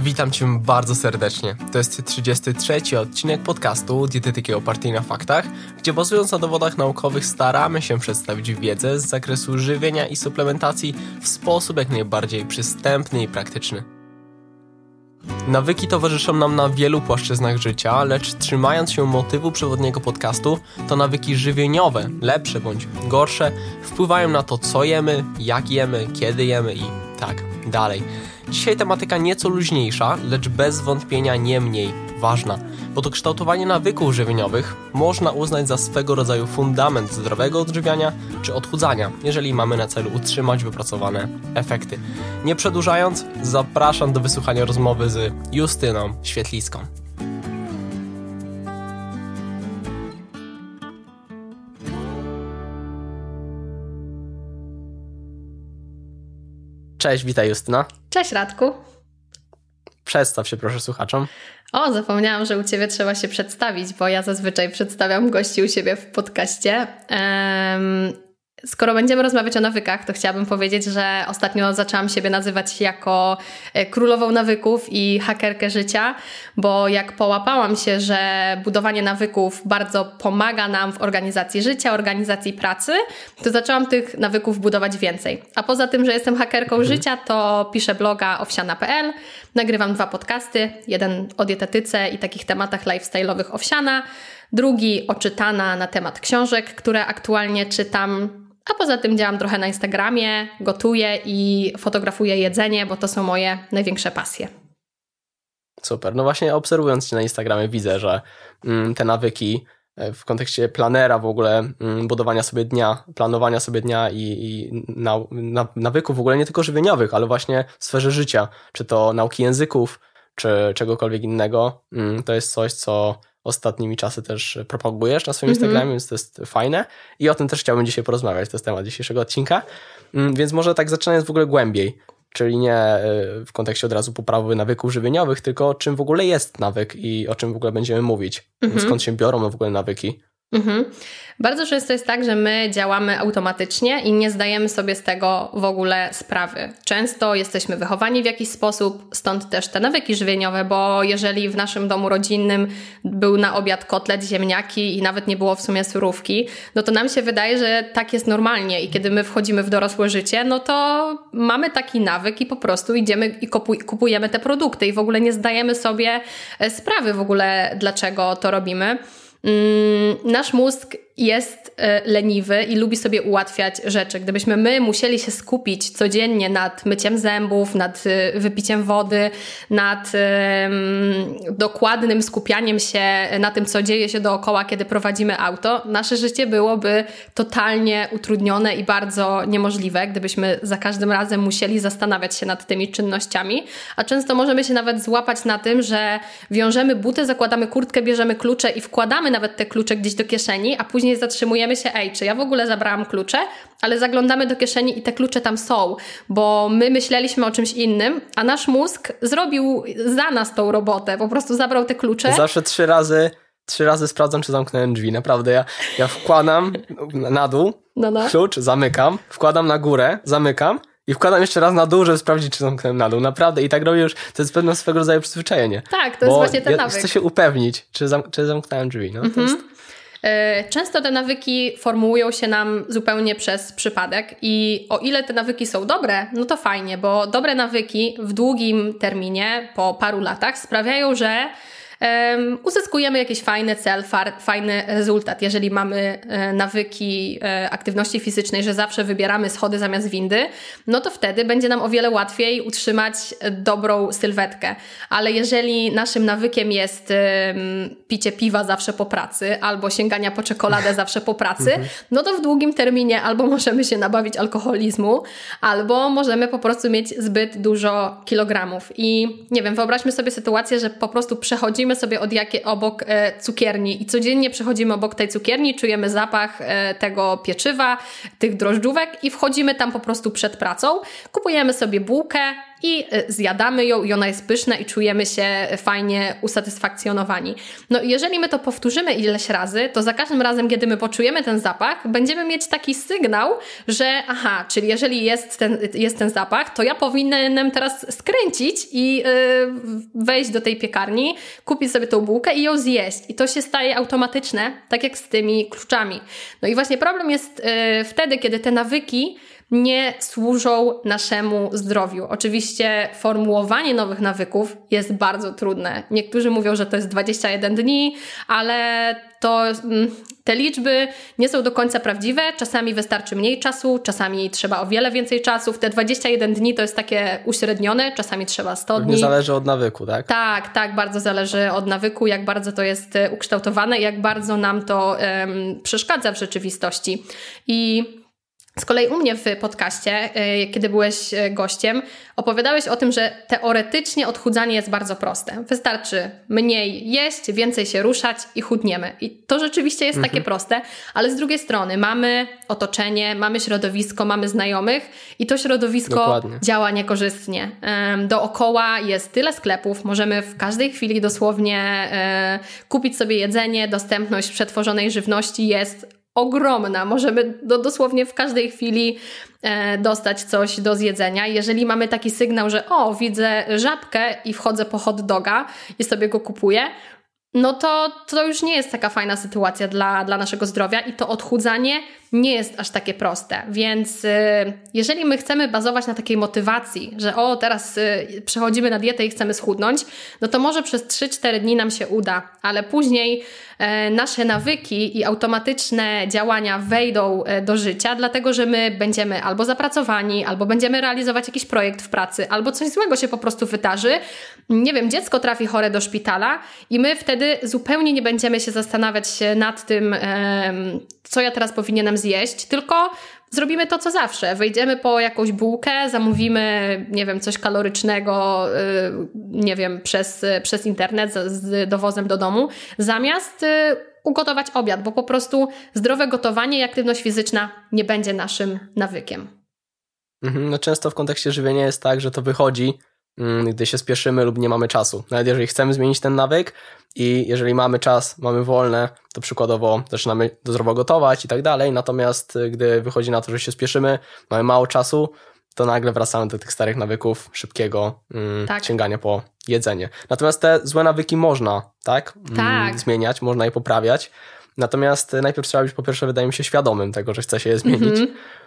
Witam Cię bardzo serdecznie. To jest 33. odcinek podcastu Dietetyki opartej na faktach, gdzie bazując na dowodach naukowych staramy się przedstawić wiedzę z zakresu żywienia i suplementacji w sposób jak najbardziej przystępny i praktyczny. Nawyki towarzyszą nam na wielu płaszczyznach życia, lecz trzymając się motywu przewodniego podcastu, to nawyki żywieniowe, lepsze bądź gorsze, wpływają na to, co jemy, jak jemy, kiedy jemy i tak dalej. Dzisiaj tematyka nieco luźniejsza, lecz bez wątpienia nie mniej ważna, bo to kształtowanie nawyków żywieniowych można uznać za swego rodzaju fundament zdrowego odżywiania czy odchudzania, jeżeli mamy na celu utrzymać wypracowane efekty. Nie przedłużając, zapraszam do wysłuchania rozmowy z Justyną Świetlicką. Cześć, witaj Justyna. Cześć Radku. Przedstaw się proszę słuchaczom. O, zapomniałam, że u Ciebie trzeba się przedstawić, bo ja zazwyczaj przedstawiam gości u siebie w podcaście. Skoro będziemy rozmawiać o nawykach, to chciałabym powiedzieć, że ostatnio zaczęłam siebie nazywać jako królową nawyków i hakerkę życia, bo jak połapałam się, że budowanie nawyków bardzo pomaga nam w organizacji życia, organizacji pracy, to zaczęłam tych nawyków budować więcej. A poza tym, że jestem hakerką życia, to piszę bloga owsiana.pl, nagrywam 2 podcasty, jeden o dietetyce i takich tematach lifestyle'owych owsiana, drugi o czytana na temat książek, które aktualnie czytam. A poza tym działam trochę na Instagramie, gotuję i fotografuję jedzenie, bo to są moje największe pasje. Super. No właśnie obserwując Cię na Instagramie widzę, że te nawyki w kontekście planera w ogóle, budowania sobie dnia, planowania sobie dnia i nawyków w ogóle nie tylko żywieniowych, ale właśnie w sferze życia, czy to nauki języków, czy czegokolwiek innego, to jest coś, co ostatnimi czasy też propagujesz na swoim Instagramie, więc to jest fajne i o tym też chciałbym dzisiaj porozmawiać, to jest temat dzisiejszego odcinka, więc może tak zaczynając w ogóle głębiej, czyli nie w kontekście od razu poprawy nawyków żywieniowych, tylko czym w ogóle jest nawyk i o czym w ogóle będziemy mówić, skąd się biorą w ogóle nawyki. Bardzo często jest tak, że my działamy automatycznie i nie zdajemy sobie z tego w ogóle sprawy. Często jesteśmy wychowani w jakiś sposób, stąd też te nawyki żywieniowe, bo jeżeli w naszym domu rodzinnym był na obiad kotlet, ziemniaki i nawet nie było w sumie surówki, no to nam się wydaje, że tak jest normalnie i kiedy my wchodzimy w dorosłe życie, no to mamy taki nawyk i po prostu idziemy i kupujemy te produkty i w ogóle nie zdajemy sobie sprawy w ogóle, dlaczego to robimy. Nasz mózg jest leniwy i lubi sobie ułatwiać rzeczy. Gdybyśmy my musieli się skupić codziennie nad myciem zębów, nad wypiciem wody, nad dokładnym skupianiem się na tym, co dzieje się dookoła, kiedy prowadzimy auto, nasze życie byłoby totalnie utrudnione i bardzo niemożliwe, gdybyśmy za każdym razem musieli zastanawiać się nad tymi czynnościami. A często możemy się nawet złapać na tym, że wiążemy buty, zakładamy kurtkę, bierzemy klucze i wkładamy nawet te klucze gdzieś do kieszeni, a później zatrzymujemy się, czy ja w ogóle zabrałam klucze, ale zaglądamy do kieszeni i te klucze tam są, bo my myśleliśmy o czymś innym, a nasz mózg zrobił za nas tą robotę, po prostu zabrał te klucze. Zawsze 3 razy sprawdzam, czy zamknąłem drzwi, naprawdę. Ja wkładam na dół klucz, zamykam, wkładam na górę, zamykam i wkładam jeszcze raz na dół, żeby sprawdzić, czy zamknąłem na dół. Naprawdę. I tak robię już, to jest pewne swego rodzaju przyzwyczajenie. Tak, to jest właśnie ten nawyk. Chcę się upewnić, czy zamknąłem drzwi. No, to jest... Często te nawyki formułują się nam zupełnie przez przypadek i o ile te nawyki są dobre, no to fajnie, bo dobre nawyki w długim terminie, po paru latach sprawiają, że uzyskujemy jakiś fajny cel, fajny rezultat. Jeżeli mamy nawyki aktywności fizycznej, że zawsze wybieramy schody zamiast windy, no to wtedy będzie nam o wiele łatwiej utrzymać dobrą sylwetkę. Ale jeżeli naszym nawykiem jest picie piwa zawsze po pracy albo sięgania po czekoladę zawsze po pracy, no to w długim terminie albo możemy się nabawić alkoholizmu, albo możemy po prostu mieć zbyt dużo kilogramów. I nie wiem, wyobraźmy sobie sytuację, że po prostu przechodzimy sobie obok cukierni i codziennie przechodzimy obok tej cukierni, czujemy zapach tego pieczywa, tych drożdżówek i wchodzimy tam po prostu przed pracą, kupujemy sobie bułkę, i zjadamy ją i ona jest pyszna i czujemy się fajnie usatysfakcjonowani. No i jeżeli my to powtórzymy ileś razy, to za każdym razem, kiedy my poczujemy ten zapach, będziemy mieć taki sygnał, że czyli jeżeli jest ten zapach, to ja powinienem teraz skręcić i wejść do tej piekarni, kupić sobie tą bułkę i ją zjeść. I to się staje automatyczne, tak jak z tymi kluczami. No i właśnie problem jest wtedy, kiedy te nawyki nie służą naszemu zdrowiu. Oczywiście formułowanie nowych nawyków jest bardzo trudne. Niektórzy mówią, że to jest 21 dni, ale te liczby nie są do końca prawdziwe. Czasami wystarczy mniej czasu, czasami trzeba o wiele więcej czasu. Te 21 dni to jest takie uśrednione, czasami trzeba 100 dni. Nie zależy od nawyku, tak? Tak, bardzo zależy od nawyku, jak bardzo to jest ukształtowane, jak bardzo nam to przeszkadza w rzeczywistości. I z kolei u mnie w podcaście, kiedy byłeś gościem, opowiadałeś o tym, że teoretycznie odchudzanie jest bardzo proste. Wystarczy mniej jeść, więcej się ruszać i chudniemy. I to rzeczywiście jest takie proste, ale z drugiej strony mamy otoczenie, mamy środowisko, mamy znajomych i to środowisko działa niekorzystnie. Dookoła jest tyle sklepów, możemy w każdej chwili dosłownie kupić sobie jedzenie, dostępność przetworzonej żywności jest ogromna. Możemy dosłownie w każdej chwili dostać coś do zjedzenia. Jeżeli mamy taki sygnał, że widzę żabkę i wchodzę po hot doga i sobie go kupuję, no to już nie jest taka fajna sytuacja dla naszego zdrowia i to odchudzanie nie jest aż takie proste. Więc jeżeli my chcemy bazować na takiej motywacji, że teraz przechodzimy na dietę i chcemy schudnąć, no to może przez 3-4 dni nam się uda, ale później nasze nawyki i automatyczne działania wejdą do życia, dlatego że my będziemy albo zapracowani, albo będziemy realizować jakiś projekt w pracy, albo coś złego się po prostu wydarzy. Nie wiem, dziecko trafi chore do szpitala i my wtedy zupełnie nie będziemy się zastanawiać nad tym, co ja teraz powinienem zjeść, tylko zrobimy to, co zawsze. Wejdziemy po jakąś bułkę, zamówimy, nie wiem, coś kalorycznego, nie wiem, przez internet z dowozem do domu, zamiast ugotować obiad, bo po prostu zdrowe gotowanie i aktywność fizyczna nie będzie naszym nawykiem. No często w kontekście żywienia jest tak, że to wychodzi, gdy się spieszymy lub nie mamy czasu. Nawet jeżeli chcemy zmienić ten nawyk i jeżeli mamy czas, mamy wolne, to przykładowo zaczynamy zdrowo gotować i tak dalej, natomiast gdy wychodzi na to, że się spieszymy, mamy mało czasu, to nagle wracamy do tych starych nawyków szybkiego sięgania po jedzenie. Natomiast te złe nawyki można, zmieniać, można je poprawiać, natomiast najpierw trzeba być po pierwsze, wydaje mi się, świadomym tego, że chce się je zmienić.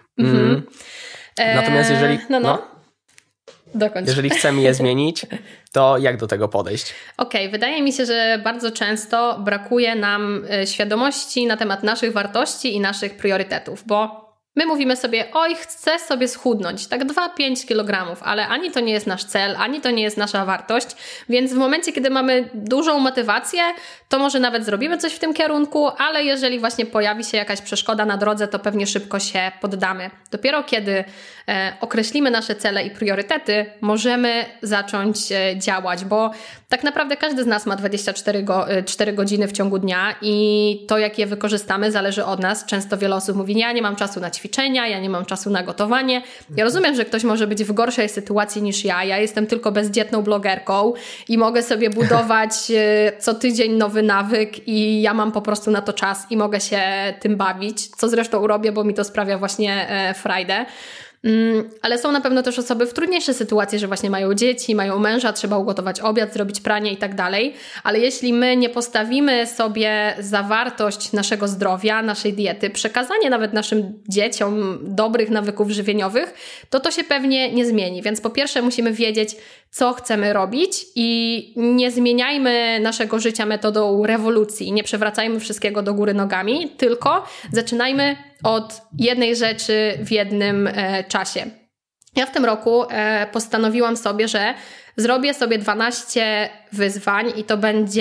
Natomiast jeżeli... Dokończ. Jeżeli chcemy je zmienić, to jak do tego podejść? Wydaje mi się, że bardzo często brakuje nam świadomości na temat naszych wartości i naszych priorytetów, bo my mówimy sobie, chcę sobie schudnąć, tak 2-5 kg, ale ani to nie jest nasz cel, ani to nie jest nasza wartość, więc w momencie, kiedy mamy dużą motywację, to może nawet zrobimy coś w tym kierunku, ale jeżeli właśnie pojawi się jakaś przeszkoda na drodze, to pewnie szybko się poddamy. Dopiero kiedy określimy nasze cele i priorytety, możemy zacząć działać, bo tak naprawdę każdy z nas ma 24 godziny w ciągu dnia i to, jak je wykorzystamy, zależy od nas. Często wiele osób mówi, ja nie mam czasu na ćwiczenia, ja nie mam czasu na gotowanie. Ja rozumiem, że ktoś może być w gorszej sytuacji niż ja jestem tylko bezdzietną blogerką i mogę sobie budować co tydzień nowy nawyk i ja mam po prostu na to czas i mogę się tym bawić, co zresztą robię, bo mi to sprawia właśnie frajdę. Ale są na pewno też osoby w trudniejszej sytuacji, że właśnie mają dzieci, mają męża, trzeba ugotować obiad, zrobić pranie i tak dalej, ale jeśli my nie postawimy sobie za wartość naszego zdrowia, naszej diety, przekazanie nawet naszym dzieciom dobrych nawyków żywieniowych, to się pewnie nie zmieni, więc po pierwsze musimy wiedzieć, co chcemy robić i nie zmieniajmy naszego życia metodą rewolucji, nie przewracajmy wszystkiego do góry nogami, tylko zaczynajmy od jednej rzeczy w jednym czasie. Ja w tym roku postanowiłam sobie, że zrobię sobie 12 wyzwań i to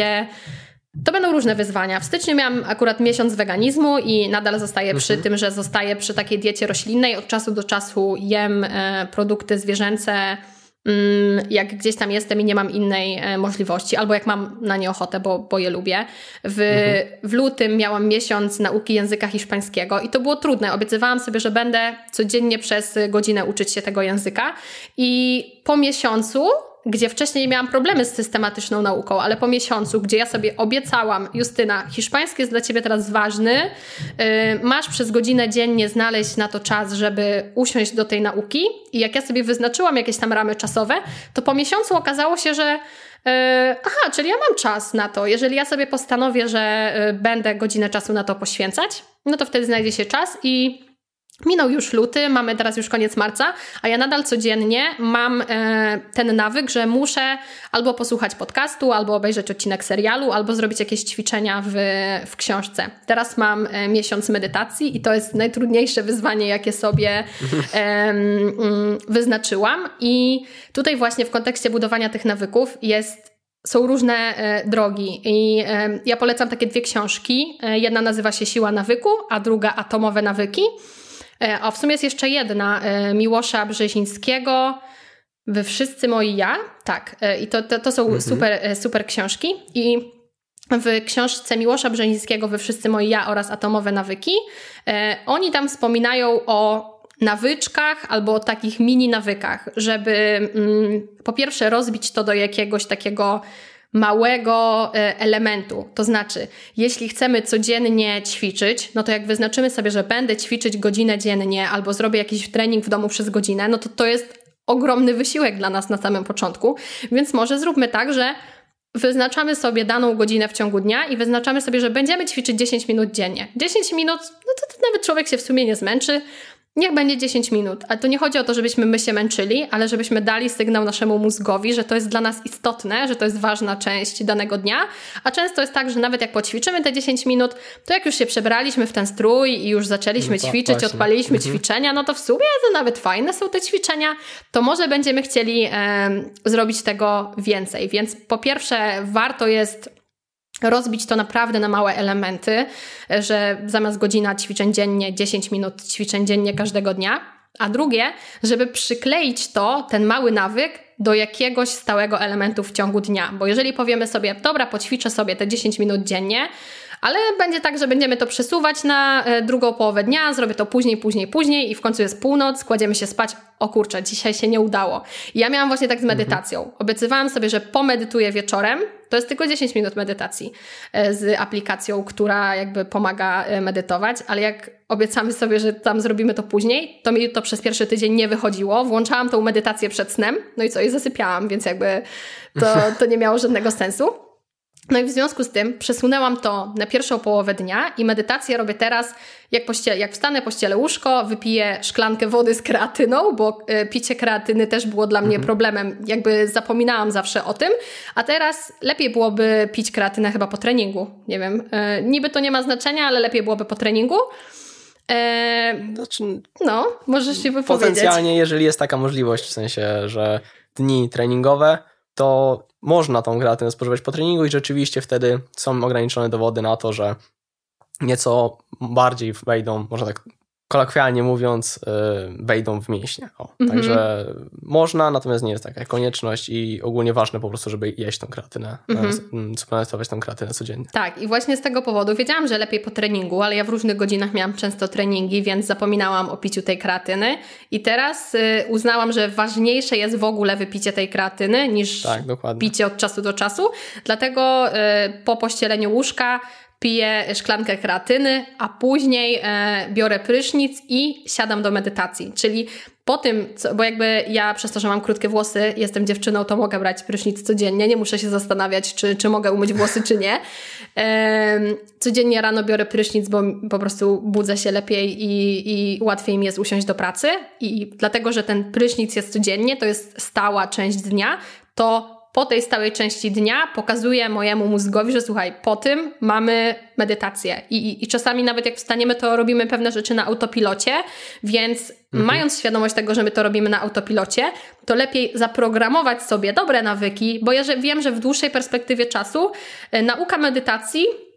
będą różne wyzwania. W styczniu miałam akurat miesiąc weganizmu i nadal zostaję przy tym, że zostaję przy takiej diecie roślinnej. Od czasu do czasu jem produkty zwierzęce, jak gdzieś tam jestem i nie mam innej możliwości, albo jak mam na nie ochotę, bo je lubię. W lutym miałam miesiąc nauki języka hiszpańskiego i to było trudne. Obiecywałam sobie, że będę codziennie przez godzinę uczyć się tego języka i po miesiącu, gdzie wcześniej miałam problemy z systematyczną nauką, ale po miesiącu, gdzie ja sobie obiecałam, Justyna, hiszpański jest dla ciebie teraz ważny, masz przez godzinę dziennie znaleźć na to czas, żeby usiąść do tej nauki i jak ja sobie wyznaczyłam jakieś tam ramy czasowe, to po miesiącu okazało się, że czyli ja mam czas na to. Jeżeli ja sobie postanowię, że będę godzinę czasu na to poświęcać, no to wtedy znajdzie się czas i minął już luty, mamy teraz już koniec marca, a ja nadal codziennie mam ten nawyk, że muszę albo posłuchać podcastu, albo obejrzeć odcinek serialu, albo zrobić jakieś ćwiczenia w książce. Teraz mam miesiąc medytacji i to jest najtrudniejsze wyzwanie, jakie sobie wyznaczyłam. I tutaj właśnie w kontekście budowania tych nawyków są różne drogi i ja polecam takie 2 książki. Jedna nazywa się Siła nawyku, a druga Atomowe nawyki. A w sumie jest jeszcze jedna, Miłosza Brzezińskiego, Wy wszyscy moi ja. Tak, i to są super książki. I w książce Miłosza Brzezińskiego Wy wszyscy moi ja oraz Atomowe nawyki oni tam wspominają o nawyczkach albo o takich mini nawykach, żeby po pierwsze rozbić to do jakiegoś takiego małego elementu. To znaczy, jeśli chcemy codziennie ćwiczyć, no to jak wyznaczymy sobie, że będę ćwiczyć godzinę dziennie albo zrobię jakiś trening w domu przez godzinę, no to jest ogromny wysiłek dla nas na samym początku. Więc może zróbmy tak, że wyznaczamy sobie daną godzinę w ciągu dnia i wyznaczamy sobie, że będziemy ćwiczyć 10 minut dziennie. 10 minut, no to nawet człowiek się w sumie nie zmęczy. Niech będzie 10 minut, ale to nie chodzi o to, żebyśmy my się męczyli, ale żebyśmy dali sygnał naszemu mózgowi, że to jest dla nas istotne, że to jest ważna część danego dnia, a często jest tak, że nawet jak poćwiczymy te 10 minut, to jak już się przebraliśmy w ten strój i już zaczęliśmy ćwiczyć, właśnie odpaliliśmy ćwiczenia, no to w sumie to nawet fajne są te ćwiczenia, to może będziemy chcieli zrobić tego więcej, więc po pierwsze warto jest rozbić to naprawdę na małe elementy, że zamiast godzina ćwiczeń dziennie, 10 minut ćwiczeń dziennie każdego dnia. A drugie, żeby przykleić ten mały nawyk do jakiegoś stałego elementu w ciągu dnia. Bo jeżeli powiemy sobie, dobra, poćwiczę sobie te 10 minut dziennie, ale będzie tak, że będziemy to przesuwać na drugą połowę dnia, zrobię to później i w końcu jest północ, kładziemy się spać, o kurczę, dzisiaj się nie udało. I ja miałam właśnie tak z medytacją. Obiecywałam sobie, że pomedytuję wieczorem, to jest tylko 10 minut medytacji z aplikacją, która jakby pomaga medytować, ale jak obiecamy sobie, że tam zrobimy to później, to mi to przez pierwszy tydzień nie wychodziło. Włączałam tą medytację przed snem, no i i zasypiałam, więc jakby to nie miało żadnego sensu. No i w związku z tym przesunęłam to na pierwszą połowę dnia i medytację robię teraz, jak wstanę, pościelę łóżko, wypiję szklankę wody z kreatyną, bo picie kreatyny też było dla mnie problemem, jakby zapominałam zawsze o tym, a teraz lepiej byłoby pić kreatynę chyba po treningu, nie wiem, niby to nie ma znaczenia, ale lepiej byłoby po treningu. No, możesz się wypowiedzieć. Potencjalnie, jeżeli jest taka możliwość, w sensie, że dni treningowe, to można tą kreatynę spożywać po treningu i rzeczywiście wtedy są ograniczone dowody na to, że nieco bardziej wejdą, można tak kolokwialnie mówiąc, wejdą w mięśnie. Także można, natomiast nie jest taka konieczność i ogólnie ważne po prostu, żeby jeść tą kreatynę, suplementować tą kreatynę codziennie. Tak, i właśnie z tego powodu wiedziałam, że lepiej po treningu, ale ja w różnych godzinach miałam często treningi, więc zapominałam o piciu tej kreatyny i teraz uznałam, że ważniejsze jest w ogóle wypicie tej kreatyny niż picie od czasu do czasu, dlatego po pościeleniu łóżka piję szklankę kreatyny, a później biorę prysznic i siadam do medytacji. Czyli po tym, bo jakby ja przez to, że mam krótkie włosy, jestem dziewczyną, to mogę brać prysznic codziennie, nie muszę się zastanawiać, czy mogę umyć włosy, czy nie. Codziennie rano biorę prysznic, bo po prostu budzę się lepiej i łatwiej mi jest usiąść do pracy. I dlatego, że ten prysznic jest codziennie, to jest stała część dnia, to po tej stałej części dnia pokazuję mojemu mózgowi, że słuchaj, po tym mamy medytację. I czasami nawet jak wstaniemy, to robimy pewne rzeczy na autopilocie, więc mając świadomość tego, że my to robimy na autopilocie, to lepiej zaprogramować sobie dobre nawyki, bo ja wiem, że w dłuższej perspektywie czasu nauka medytacji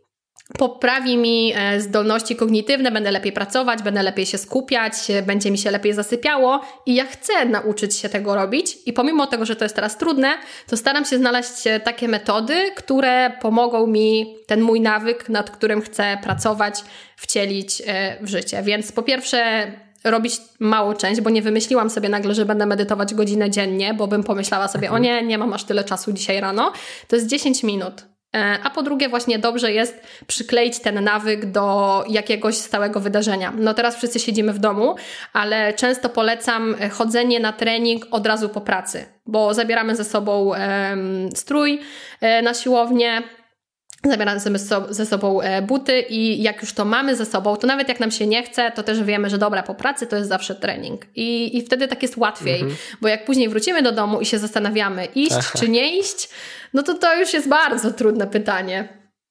poprawi mi zdolności kognitywne, będę lepiej pracować, będę lepiej się skupiać, będzie mi się lepiej zasypiało i ja chcę nauczyć się tego robić i pomimo tego, że to jest teraz trudne, to staram się znaleźć takie metody, które pomogą mi ten mój nawyk, nad którym chcę pracować, wcielić w życie. Więc po pierwsze robić małą część, bo nie wymyśliłam sobie nagle, że będę medytować godzinę dziennie, bo bym pomyślała sobie, o nie mam aż tyle czasu dzisiaj rano. To jest 10 minut. A po drugie właśnie dobrze jest przykleić ten nawyk do jakiegoś stałego wydarzenia. No teraz wszyscy siedzimy w domu, ale często polecam chodzenie na trening od razu po pracy, bo zabieramy ze sobą strój na siłownię, zabieramy ze sobą buty i jak już to mamy ze sobą, to nawet jak nam się nie chce, to też wiemy, że dobra, po pracy to jest zawsze trening. I wtedy tak jest łatwiej, bo jak później wrócimy do domu i się zastanawiamy, iść czy nie iść, no to już jest bardzo trudne pytanie.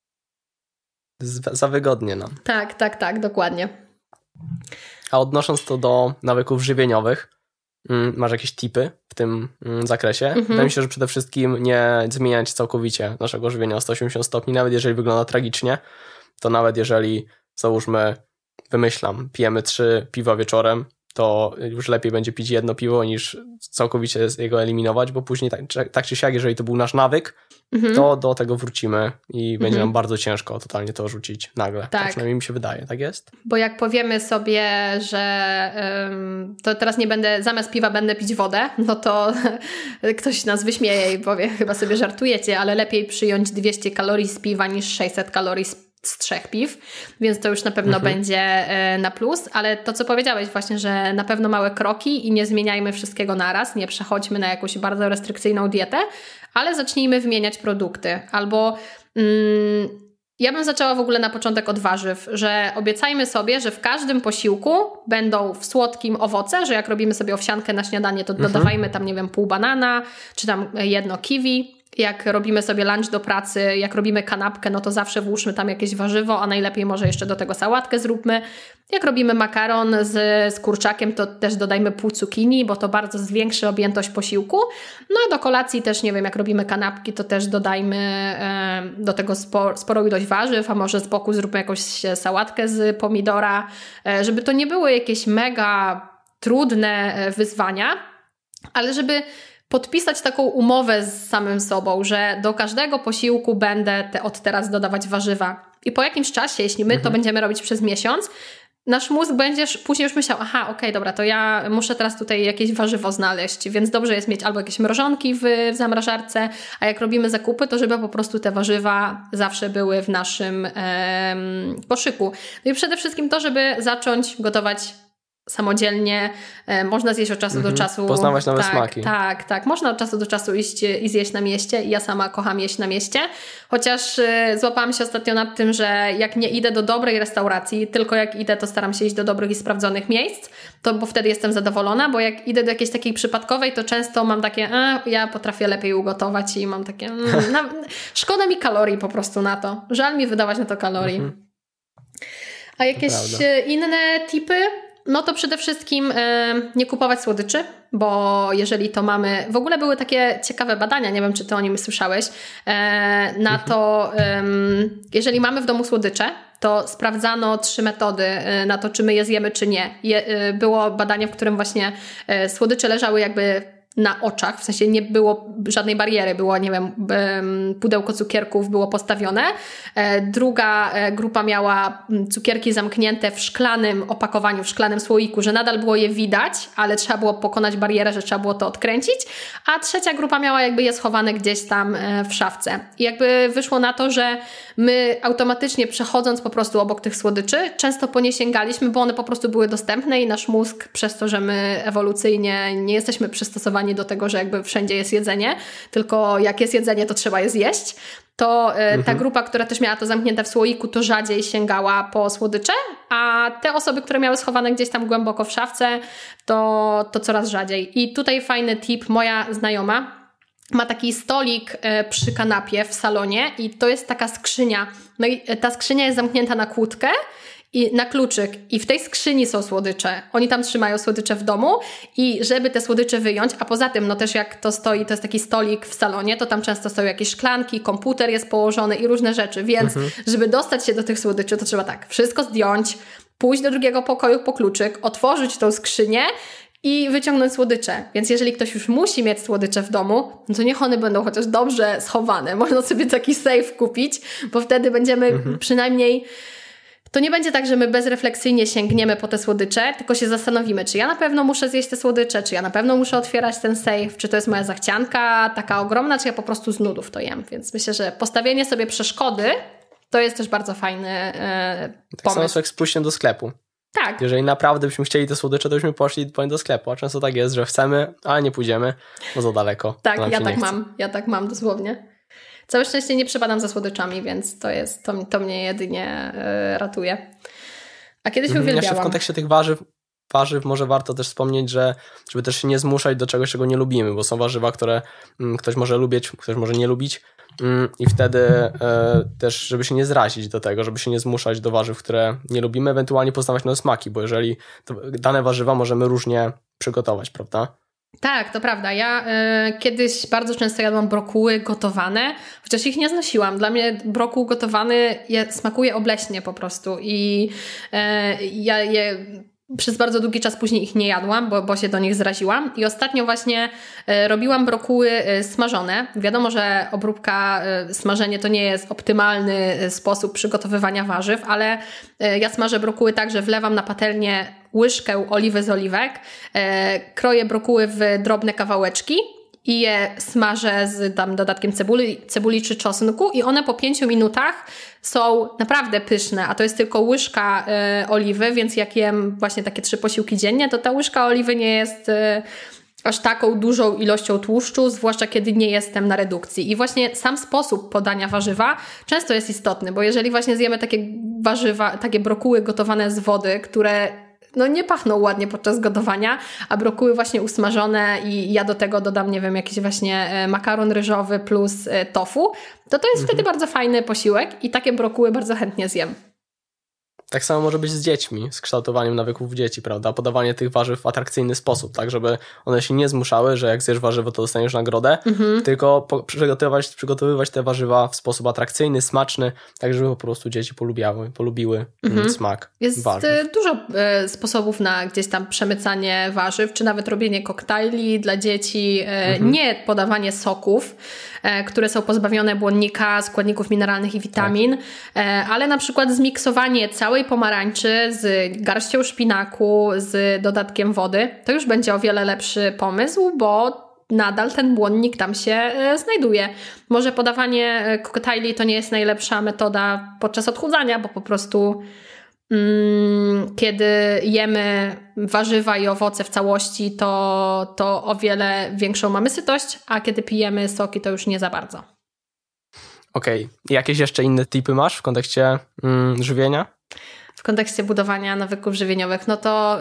Za wygodnie nam. Tak, dokładnie. A odnosząc to do nawyków żywieniowych, masz jakieś tipy w tym zakresie? Wydaje mi się, że przede wszystkim nie zmieniać całkowicie naszego żywienia o 180 stopni, nawet jeżeli wygląda tragicznie, to nawet jeżeli, załóżmy, wymyślam, pijemy 3 piwa wieczorem, to już lepiej będzie pić 1 piwo niż całkowicie jego eliminować, bo później tak czy siak, jeżeli to był nasz nawyk, to do tego wrócimy i będzie nam bardzo ciężko totalnie to rzucić nagle. Tak przynajmniej mi się wydaje, tak jest? Bo jak powiemy sobie, że to teraz nie będę, zamiast piwa będę pić wodę, no to ktoś nas wyśmieje i powie, chyba sobie żartujecie, ale lepiej przyjąć 200 kalorii z piwa niż 600 kalorii z 3 piw, więc to już na pewno będzie na plus, ale to co powiedziałeś właśnie, że na pewno małe kroki i nie zmieniajmy wszystkiego naraz, nie przechodźmy na jakąś bardzo restrykcyjną dietę, ale zacznijmy wymieniać produkty, albo ja bym zaczęła w ogóle na początek od warzyw, że obiecajmy sobie, że w każdym posiłku będą w słodkim owoce, że jak robimy sobie owsiankę na śniadanie, to dodawajmy tam, nie wiem, pół banana, czy tam 1 kiwi. Jak robimy sobie lunch do pracy, jak robimy kanapkę, no to zawsze włóżmy tam jakieś warzywo, a najlepiej może jeszcze do tego sałatkę zróbmy. Jak robimy makaron z kurczakiem, to też dodajmy pół cukinii, bo to bardzo zwiększy objętość posiłku. No a do kolacji też, nie wiem, jak robimy kanapki, to też dodajmy do tego sporą ilość warzyw, a może z boku zróbmy jakąś sałatkę z pomidora, żeby to nie były jakieś mega trudne wyzwania, ale żeby podpisać taką umowę z samym sobą, że do każdego posiłku będę od teraz dodawać warzywa. I po jakimś czasie, jeśli my to będziemy robić przez miesiąc, nasz mózg będzie później już myślał, okej, dobra, to ja muszę teraz tutaj jakieś warzywo znaleźć, więc dobrze jest mieć albo jakieś mrożonki w zamrażarce, a jak robimy zakupy, to żeby po prostu te warzywa zawsze były w naszym koszyku. No i przede wszystkim to, żeby zacząć gotować samodzielnie, można zjeść od czasu do czasu. Poznawać nowe smaki. Tak. Można od czasu do czasu iść i zjeść na mieście i ja sama kocham jeść na mieście, chociaż złapałam się ostatnio nad tym, że jak nie idę do dobrej restauracji, tylko jak idę, to staram się iść do dobrych i sprawdzonych miejsc, bo wtedy jestem zadowolona, bo jak idę do jakiejś takiej przypadkowej, to często mam takie, ja potrafię lepiej ugotować i mam takie, szkoda mi kalorii po prostu na to. Żal mi wydawać na to kalorii. A jakieś inne tipy? No to przede wszystkim nie kupować słodyczy, bo jeżeli to mamy... W ogóle były takie ciekawe badania, nie wiem, czy ty o nim słyszałeś, na to, jeżeli mamy w domu słodycze, to sprawdzano 3 metody na to, czy my je zjemy, czy nie. Było badanie, w którym właśnie słodycze leżały jakby na oczach, w sensie nie było żadnej bariery, było, nie wiem, pudełko cukierków było postawione. Druga grupa miała cukierki zamknięte w szklanym opakowaniu, w szklanym słoiku, że nadal było je widać, ale trzeba było pokonać barierę, że trzeba było to odkręcić. A trzecia grupa miała jakby je schowane gdzieś tam w szafce. I jakby wyszło na to, że my automatycznie przechodząc po prostu obok tych słodyczy, często po nie sięgaliśmy, bo one po prostu były dostępne i nasz mózg, przez to, że my ewolucyjnie nie jesteśmy przystosowani do tego, że jakby wszędzie jest jedzenie, tylko jak jest jedzenie, to trzeba je zjeść, to ta grupa, która też miała to zamknięte w słoiku, to rzadziej sięgała po słodycze, a te osoby, które miały schowane gdzieś tam głęboko w szafce, to coraz rzadziej. I tutaj fajny tip, moja znajoma ma taki stolik przy kanapie w salonie i to jest taka skrzynia. No i ta skrzynia jest zamknięta na kłódkę i na kluczyk i w tej skrzyni są słodycze. Oni tam trzymają słodycze w domu i żeby te słodycze wyjąć, a poza tym, no też jak to stoi, to jest taki stolik w salonie, to tam często stoją jakieś szklanki, komputer jest położony i różne rzeczy, więc żeby dostać się do tych słodyczy, to trzeba tak, wszystko zdjąć, pójść do drugiego pokoju po kluczyk, otworzyć tą skrzynię i wyciągnąć słodycze. Więc jeżeli ktoś już musi mieć słodycze w domu, no to niech one będą chociaż dobrze schowane. Można sobie taki safe kupić, bo wtedy będziemy przynajmniej... To nie będzie tak, że my bezrefleksyjnie sięgniemy po te słodycze, tylko się zastanowimy, czy ja na pewno muszę zjeść te słodycze, czy ja na pewno muszę otwierać ten safe, czy to jest moja zachcianka taka ogromna, czy ja po prostu z nudów to jem. Więc myślę, że postawienie sobie przeszkody to jest też bardzo fajny pomysł. Tak samo jak z pójściem do sklepu. Tak. Jeżeli naprawdę byśmy chcieli te słodycze, to byśmy poszli do sklepu, a często tak jest, że chcemy, ale nie pójdziemy, bo za daleko. Tak, ja tak mam dosłownie. Całe szczęście nie przepadam za słodyczami, więc to mnie jedynie ratuje. A kiedyś uwielbiałam. Jeszcze w kontekście tych warzyw może warto też wspomnieć, żeby też się nie zmuszać do czegoś, czego nie lubimy, bo są warzywa, które ktoś może lubić, ktoś może nie lubić i wtedy też, żeby się nie zrazić do tego, żeby się nie zmuszać do warzyw, które nie lubimy, ewentualnie poznawać nowe smaki, bo jeżeli dane warzywa możemy różnie przygotować, prawda? Tak, to prawda. Ja kiedyś bardzo często jadłam brokuły gotowane, chociaż ich nie znosiłam. Dla mnie brokuł gotowany smakuje obleśnie po prostu i ja je przez bardzo długi czas później ich nie jadłam, bo się do nich zraziłam. I ostatnio właśnie robiłam brokuły smażone. Wiadomo, że obróbka, smażenie to nie jest optymalny sposób przygotowywania warzyw, ale ja smażę brokuły tak, że wlewam na patelnię łyżkę oliwy z oliwek, kroję brokuły w drobne kawałeczki i je smażę z tam dodatkiem cebuli czy czosnku i one po 5 minutach są naprawdę pyszne, a to jest tylko łyżka oliwy, więc jak jem właśnie takie 3 posiłki dziennie, to ta łyżka oliwy nie jest aż taką dużą ilością tłuszczu, zwłaszcza kiedy nie jestem na redukcji. I właśnie sam sposób podania warzywa często jest istotny, bo jeżeli właśnie zjemy takie warzywa, takie brokuły gotowane z wody, które no nie pachną ładnie podczas gotowania, a brokuły właśnie usmażone i ja do tego dodam, nie wiem, jakiś właśnie makaron ryżowy plus tofu, to jest wtedy bardzo fajny posiłek i takie brokuły bardzo chętnie zjem. Tak samo może być z dziećmi, z kształtowaniem nawyków dzieci, prawda? Podawanie tych warzyw w atrakcyjny sposób, tak, żeby one się nie zmuszały, że jak zjesz warzywo, to dostaniesz nagrodę, tylko przygotowywać te warzywa w sposób atrakcyjny, smaczny, tak żeby po prostu dzieci polubiły smak warzyw. Jest dużo sposobów na gdzieś tam przemycanie warzyw, czy nawet robienie koktajli dla dzieci, nie podawanie soków, które są pozbawione błonnika, składników mineralnych i witamin, ale na przykład zmiksowanie całej pomarańczy z garścią szpinaku, z dodatkiem wody, to już będzie o wiele lepszy pomysł, bo nadal ten błonnik tam się znajduje. Może podawanie koktajli to nie jest najlepsza metoda podczas odchudzania, bo po prostu kiedy jemy warzywa i owoce w całości, to o wiele większą mamy sytość, a kiedy pijemy soki, to już nie za bardzo. Okej. Jakieś jeszcze inne tipy masz w kontekście żywienia? W kontekście budowania nawyków żywieniowych, no to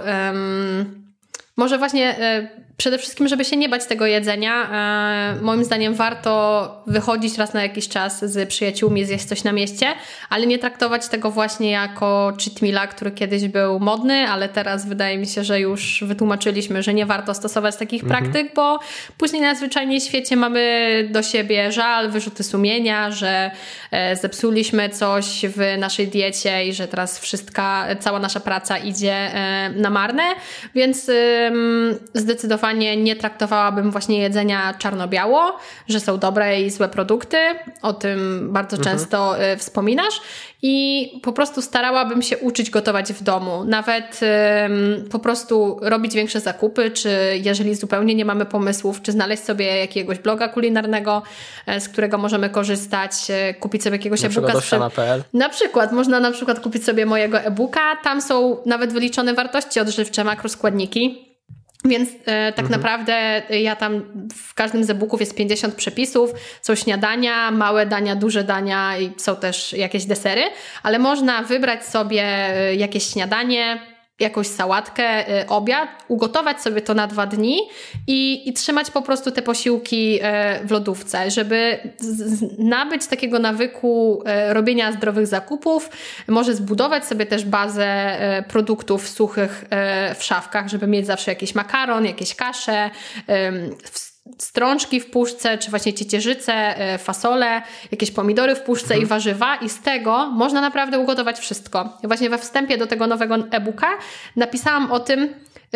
może właśnie przede wszystkim, żeby się nie bać tego jedzenia, moim zdaniem warto wychodzić raz na jakiś czas z przyjaciółmi, zjeść coś na mieście, ale nie traktować tego właśnie jako cheat meala, który kiedyś był modny, ale teraz wydaje mi się, że już wytłumaczyliśmy, że nie warto stosować takich praktyk, bo później najzwyczajniej w świecie mamy do siebie żal, wyrzuty sumienia, że zepsuliśmy coś w naszej diecie i że teraz cała nasza praca idzie na marne, więc zdecydowanie nie traktowałabym właśnie jedzenia czarno-biało, że są dobre i złe produkty. O tym bardzo często wspominasz. I po prostu starałabym się uczyć gotować w domu. Nawet po prostu robić większe zakupy, czy jeżeli zupełnie nie mamy pomysłów, czy znaleźć sobie jakiegoś bloga kulinarnego, z którego możemy korzystać, kupić sobie jakiegoś e-booka. Na przykład, można kupić sobie mojego e-booka. Tam są nawet wyliczone wartości odżywcze, makroskładniki. Więc tak naprawdę ja tam w każdym z e-booków jest 50 przepisów, są śniadania, małe dania, duże dania i są też jakieś desery, ale można wybrać sobie jakieś śniadanie, jakąś sałatkę, obiad, ugotować sobie to na 2 dni i trzymać po prostu te posiłki w lodówce, żeby nabyć takiego nawyku robienia zdrowych zakupów, może zbudować sobie też bazę produktów suchych w szafkach, żeby mieć zawsze jakiś makaron, jakieś kasze, strączki w puszce, czy właśnie ciecierzycę, fasole, jakieś pomidory w puszce i warzywa i z tego można naprawdę ugotować wszystko. Właśnie we wstępie do tego nowego e-booka napisałam o tym,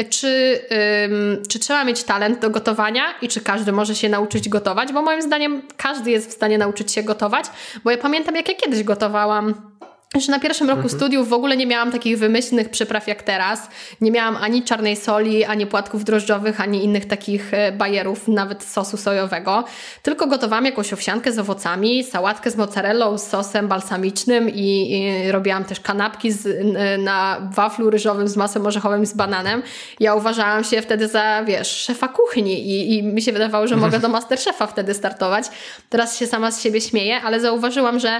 czy trzeba mieć talent do gotowania i czy każdy może się nauczyć gotować, bo moim zdaniem każdy jest w stanie nauczyć się gotować, bo ja pamiętam, jak ja kiedyś gotowałam. Że na pierwszym roku studiów w ogóle nie miałam takich wymyślnych przypraw jak teraz. Nie miałam ani czarnej soli, ani płatków drożdżowych, ani innych takich bajerów, nawet sosu sojowego. Tylko gotowałam jakąś owsiankę z owocami, sałatkę z mozzarellą, z sosem balsamicznym i robiłam też kanapki na waflu ryżowym z masłem orzechowym i z bananem. Ja uważałam się wtedy za, szefa kuchni i mi się wydawało, że mogę do Masterchefa wtedy startować. Teraz się sama z siebie śmieję, ale zauważyłam, że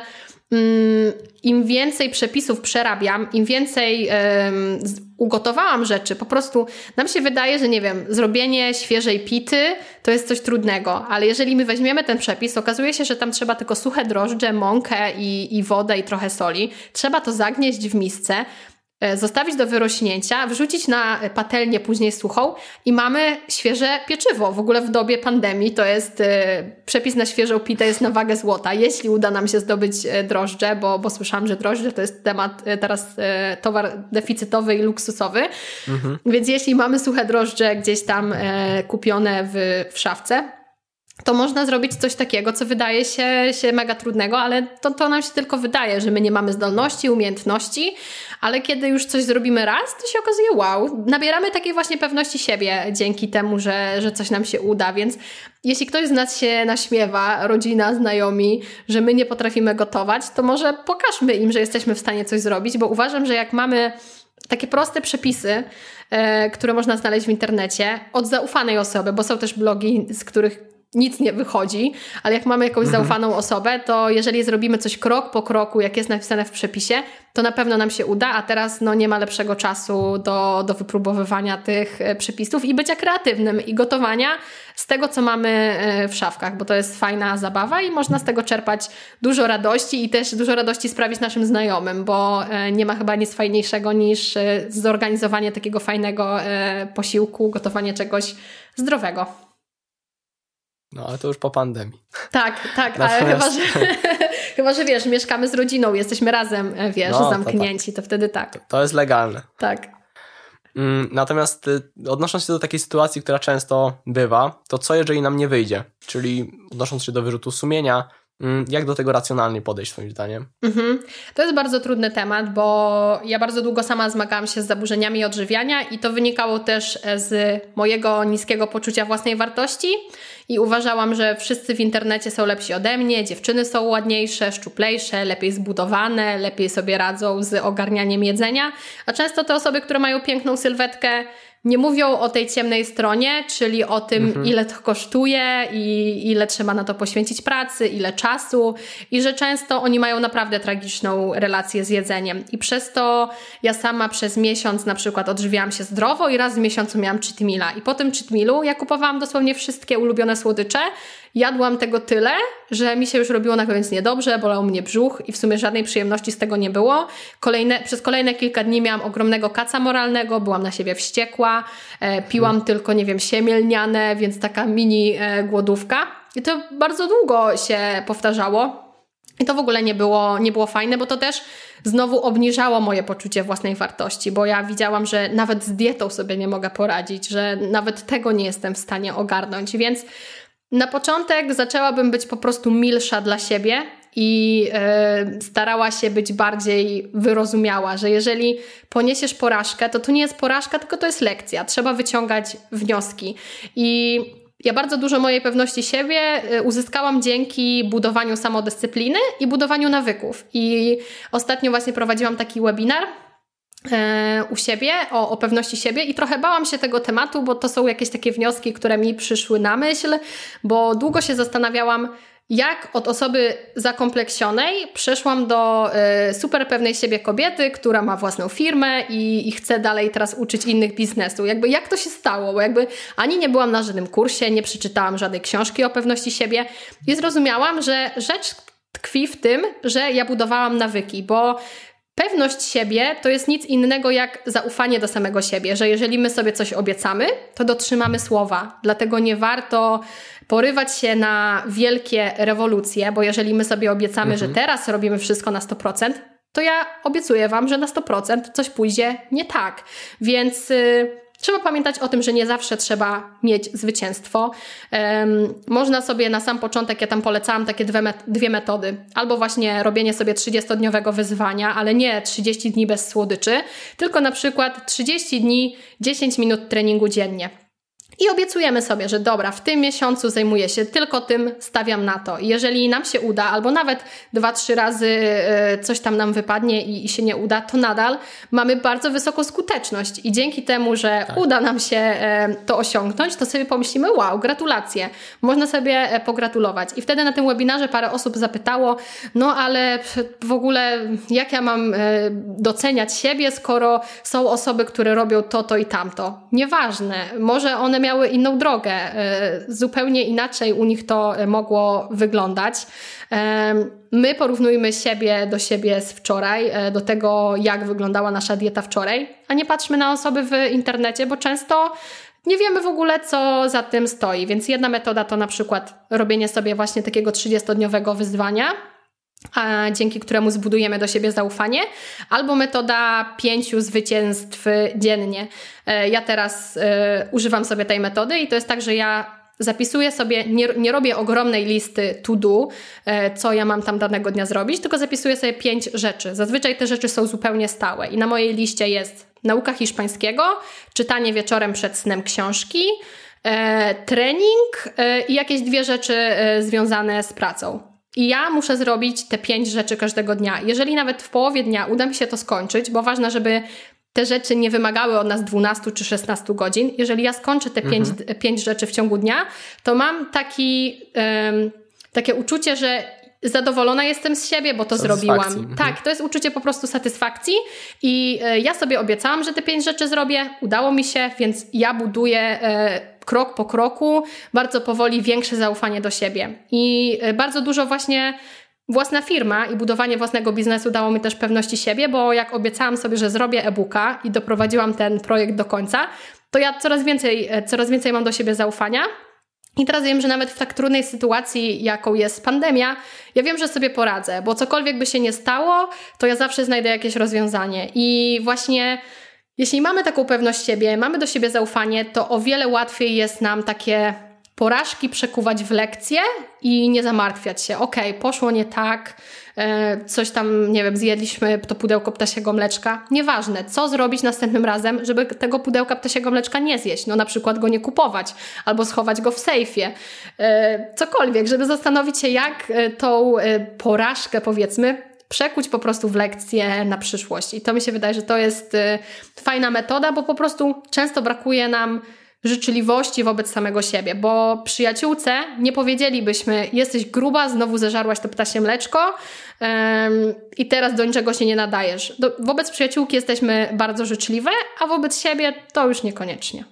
im więcej przepisów przerabiam, im więcej ugotowałam rzeczy, po prostu nam się wydaje, że zrobienie świeżej pity to jest coś trudnego, ale jeżeli my weźmiemy ten przepis, okazuje się, że tam trzeba tylko suche drożdże, mąkę i wodę i trochę soli. Trzeba to zagnieść w misce, zostawić do wyrośnięcia, wrzucić na patelnię później suchą i mamy świeże pieczywo. W ogóle w dobie pandemii to jest przepis na świeżą pitę jest na wagę złota, jeśli uda nam się zdobyć drożdże, bo słyszałam, że drożdże to jest temat teraz towar deficytowy i luksusowy. Więc jeśli mamy suche drożdże gdzieś tam kupione w szafce, to można zrobić coś takiego, co wydaje się mega trudnego, ale to nam się tylko wydaje, że my nie mamy zdolności, umiejętności, ale kiedy już coś zrobimy raz, to się okazuje wow, nabieramy takiej właśnie pewności siebie dzięki temu, że coś nam się uda, więc jeśli ktoś z nas się naśmiewa, rodzina, znajomi, że my nie potrafimy gotować, to może pokażmy im, że jesteśmy w stanie coś zrobić, bo uważam, że jak mamy takie proste przepisy, które można znaleźć w internecie od zaufanej osoby, bo są też blogi, z których nic nie wychodzi, ale jak mamy jakąś zaufaną osobę, to jeżeli zrobimy coś krok po kroku, jak jest napisane w przepisie, to na pewno nam się uda, a teraz nie ma lepszego czasu do wypróbowywania tych przepisów i bycia kreatywnym i gotowania z tego, co mamy w szafkach, bo to jest fajna zabawa i można z tego czerpać dużo radości i też dużo radości sprawić naszym znajomym, bo nie ma chyba nic fajniejszego niż zorganizowanie takiego fajnego posiłku, gotowanie czegoś zdrowego. No, ale to już po pandemii. Tak, ale chyba, że wiesz, mieszkamy z rodziną, jesteśmy razem, zamknięci, to wtedy tak. To jest legalne. Tak. Natomiast odnosząc się do takiej sytuacji, która często bywa, to co jeżeli nam nie wyjdzie? Czyli odnosząc się do wyrzutu sumienia, jak do tego racjonalnie podejść swoim zdaniem? To jest bardzo trudny temat, bo ja bardzo długo sama zmagałam się z zaburzeniami odżywiania i to wynikało też z mojego niskiego poczucia własnej wartości i uważałam, że wszyscy w internecie są lepsi ode mnie, dziewczyny są ładniejsze, szczuplejsze, lepiej zbudowane, lepiej sobie radzą z ogarnianiem jedzenia, a często te osoby, które mają piękną sylwetkę, nie mówią o tej ciemnej stronie, czyli o tym, ile to kosztuje i ile trzeba na to poświęcić pracy, ile czasu i że często oni mają naprawdę tragiczną relację z jedzeniem. I przez to ja sama przez miesiąc na przykład odżywiałam się zdrowo i raz w miesiącu miałam cheat meala. I po tym cheat mealu ja kupowałam dosłownie wszystkie ulubione słodycze, jadłam tego tyle, że mi się już robiło na koniec niedobrze, bolał mnie brzuch i w sumie żadnej przyjemności z tego nie było. Przez kolejne kilka dni miałam ogromnego kaca moralnego, byłam na siebie wściekła, piłam tylko, siemię lniane, więc taka mini głodówka. I to bardzo długo się powtarzało. I to w ogóle nie było fajne, bo to też znowu obniżało moje poczucie własnej wartości, bo ja widziałam, że nawet z dietą sobie nie mogę poradzić, że nawet tego nie jestem w stanie ogarnąć, więc na początek zaczęłabym być po prostu milsza dla siebie i starała się być bardziej wyrozumiała, że jeżeli poniesiesz porażkę, to nie jest porażka, tylko to jest lekcja. Trzeba wyciągać wnioski. I ja bardzo dużo mojej pewności siebie uzyskałam dzięki budowaniu samodyscypliny i budowaniu nawyków. I ostatnio właśnie prowadziłam taki webinar u siebie, o pewności siebie i trochę bałam się tego tematu, bo to są jakieś takie wnioski, które mi przyszły na myśl, bo długo się zastanawiałam, jak od osoby zakompleksionej przeszłam do super pewnej siebie kobiety, która ma własną firmę i chce dalej teraz uczyć innych biznesu. Jakby jak to się stało? Bo jakby ani nie byłam na żadnym kursie, nie przeczytałam żadnej książki o pewności siebie i zrozumiałam, że rzecz tkwi w tym, że ja budowałam nawyki, bo pewność siebie to jest nic innego jak zaufanie do samego siebie, że jeżeli my sobie coś obiecamy, to dotrzymamy słowa. Dlatego nie warto porywać się na wielkie rewolucje, bo jeżeli my sobie obiecamy, że teraz robimy wszystko na 100%, to ja obiecuję Wam, że na 100% coś pójdzie nie tak. Więc trzeba pamiętać o tym, że nie zawsze trzeba mieć zwycięstwo. Można sobie na sam początek, ja tam polecałam takie dwie metody. Albo właśnie robienie sobie 30-dniowego wyzwania, ale nie 30 dni bez słodyczy, tylko na przykład 30 dni, 10 minut treningu dziennie. I obiecujemy sobie, że dobra, w tym miesiącu zajmuję się tylko tym, stawiam na to. I jeżeli nam się uda, albo nawet 2-3 razy coś tam nam wypadnie i się nie uda, to nadal mamy bardzo wysoką skuteczność. I dzięki temu, że uda nam się to osiągnąć, to sobie pomyślimy, wow, gratulacje. Można sobie pogratulować. I wtedy na tym webinarze parę osób zapytało, no ale w ogóle jak ja mam doceniać siebie, skoro są osoby, które robią to i tamto. Nieważne. Może one miały inną drogę. Zupełnie inaczej u nich to mogło wyglądać. My porównujmy siebie do siebie z wczoraj, do tego, jak wyglądała nasza dieta wczoraj, a nie patrzmy na osoby w internecie, bo często nie wiemy w ogóle, co za tym stoi. Więc jedna metoda to na przykład robienie sobie właśnie takiego 30-dniowego wyzwania, dzięki któremu zbudujemy do siebie zaufanie, albo metoda 5 zwycięstw dziennie. Ja teraz używam sobie tej metody i to jest tak, że ja zapisuję sobie, nie robię ogromnej listy to do, co ja mam tam danego dnia zrobić, tylko zapisuję sobie 5 rzeczy. Zazwyczaj te rzeczy są zupełnie stałe i na mojej liście jest nauka hiszpańskiego, czytanie wieczorem przed snem książki, trening i jakieś 2 rzeczy związane z pracą. I ja muszę zrobić te 5 rzeczy każdego dnia. Jeżeli nawet w połowie dnia uda mi się to skończyć, bo ważne, żeby te rzeczy nie wymagały od nas 12 czy 16 godzin. Jeżeli ja skończę te 5 rzeczy w ciągu dnia, to mam takie uczucie, że zadowolona jestem z siebie, bo to zrobiłam. Tak, to jest uczucie po prostu satysfakcji i ja sobie obiecałam, że te 5 rzeczy zrobię. Udało mi się, więc ja buduję krok po kroku, bardzo powoli większe zaufanie do siebie. I bardzo dużo właśnie własna firma i budowanie własnego biznesu dało mi też pewności siebie, bo jak obiecałam sobie, że zrobię e-booka i doprowadziłam ten projekt do końca, to ja coraz więcej mam do siebie zaufania. I teraz wiem, że nawet w tak trudnej sytuacji, jaką jest pandemia, ja wiem, że sobie poradzę, bo cokolwiek by się nie stało, to ja zawsze znajdę jakieś rozwiązanie. I właśnie jeśli mamy taką pewność siebie, mamy do siebie zaufanie, to o wiele łatwiej jest nam takie porażki przekuwać w lekcje i nie zamartwiać się. Okej, poszło nie tak, coś tam, nie wiem, zjedliśmy to pudełko ptasiego mleczka. Nieważne, co zrobić następnym razem, żeby tego pudełka ptasiego mleczka nie zjeść. No na przykład go nie kupować albo schować go w sejfie. Cokolwiek, żeby zastanowić się, jak tą porażkę, powiedzmy, przekuć po prostu w lekcję na przyszłość. I to mi się wydaje, że to jest fajna metoda, bo po prostu często brakuje nam życzliwości wobec samego siebie, bo przyjaciółce nie powiedzielibyśmy: jesteś gruba, znowu zeżarłaś to ptasie mleczko i teraz do niczego się nie nadajesz. Wobec przyjaciółki jesteśmy bardzo życzliwe, a wobec siebie to już niekoniecznie.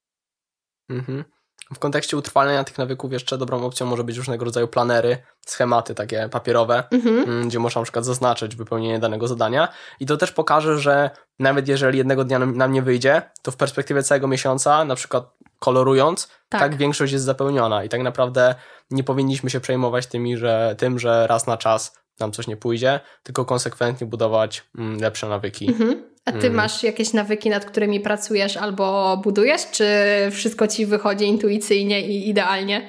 W kontekście utrwalenia tych nawyków jeszcze dobrą opcją może być różnego rodzaju planery, schematy takie papierowe, gdzie można na przykład zaznaczyć wypełnienie danego zadania i to też pokaże, że nawet jeżeli jednego dnia nam nie wyjdzie, to w perspektywie całego miesiąca, na przykład kolorując, tak większość jest zapełniona i tak naprawdę nie powinniśmy się przejmować tym, że raz na czas nam coś nie pójdzie, tylko konsekwentnie budować lepsze nawyki. A ty masz jakieś nawyki, nad którymi pracujesz albo budujesz, czy wszystko ci wychodzi intuicyjnie i idealnie?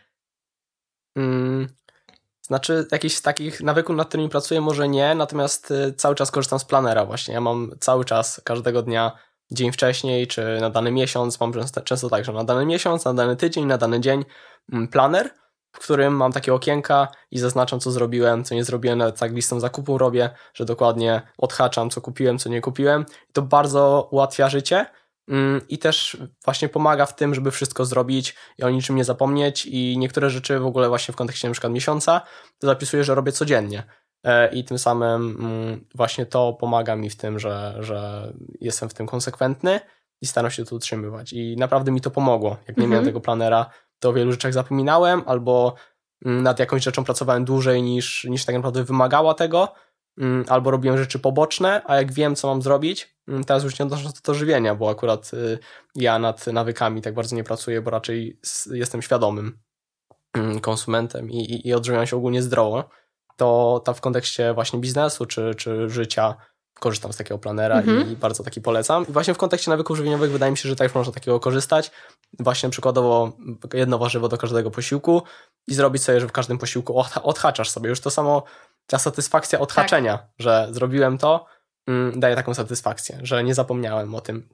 Znaczy jakichś takich nawyków, nad którymi pracuję, może nie, natomiast cały czas korzystam z planera właśnie. Ja mam cały czas, każdego dnia, dzień wcześniej, czy na dany miesiąc, mam często tak, że na dany miesiąc, na dany tydzień, na dany dzień planer, w którym mam takie okienka i zaznaczam, co zrobiłem, co nie zrobiłem, nawet tak listą zakupów robię, że dokładnie odhaczam, co kupiłem, co nie kupiłem. I to bardzo ułatwia życie, i też właśnie pomaga w tym, żeby wszystko zrobić i o niczym nie zapomnieć i niektóre rzeczy w ogóle właśnie w kontekście na przykład miesiąca to zapisuję, że robię codziennie i tym samym właśnie to pomaga mi w tym, że jestem w tym konsekwentny i staram się to utrzymywać i naprawdę mi to pomogło. Jak nie miałem tego planera, to o wielu rzeczach zapominałem albo nad jakąś rzeczą pracowałem dłużej niż tak naprawdę wymagała tego, albo robiłem rzeczy poboczne, a jak wiem, co mam zrobić, teraz już nie odnosząc do żywienia, bo akurat ja nad nawykami tak bardzo nie pracuję, bo raczej jestem świadomym konsumentem i odżywiam się ogólnie zdrowo, to w kontekście właśnie biznesu czy życia korzystam z takiego planera i bardzo taki polecam. I właśnie w kontekście nawyków żywieniowych wydaje mi się, że też można takiego korzystać. Właśnie przykładowo jedno warzywo do każdego posiłku i zrobić sobie, że w każdym posiłku odhaczasz sobie. Już to samo ta satysfakcja odhaczenia, że zrobiłem to, daje taką satysfakcję, że nie zapomniałam o tym.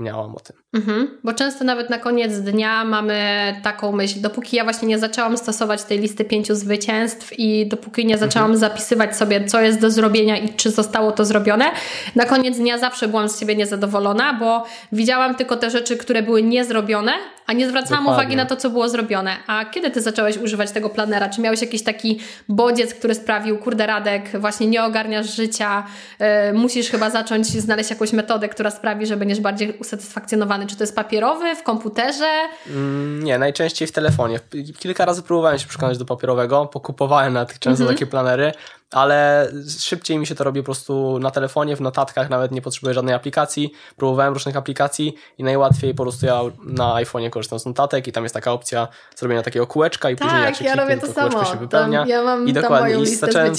Bo często nawet na koniec dnia mamy taką myśl, dopóki ja właśnie nie zaczęłam stosować tej listy 5 zwycięstw i dopóki nie zaczęłam zapisywać sobie, co jest do zrobienia i czy zostało to zrobione, na koniec dnia zawsze byłam z siebie niezadowolona, bo widziałam tylko te rzeczy, które były niezrobione, a nie zwracałam uwagi na to, co było zrobione. A kiedy ty zacząłeś używać tego planera? Czy miałeś jakiś taki bodziec, który sprawił, kurde Radek, właśnie nie ogarniasz życia, musisz chyba zacząć znaleźć jakąś metodę, która sprawi, że będziesz bardziej usatysfakcjonowany. Czy to jest papierowy, w komputerze? Nie, najczęściej w telefonie. Kilka razy próbowałem się przekonać do papierowego, pokupowałem na tych często takie planery, ale szybciej mi się to robi po prostu na telefonie, w notatkach, nawet nie potrzebuję żadnej aplikacji. Próbowałem różnych aplikacji i najłatwiej po prostu ja na iPhone'ie korzystam z notatek i tam jest taka opcja zrobienia takiego kółeczka i później jak się kliknie, to kółeczko się wypełnia. Ja mam i dokładnie i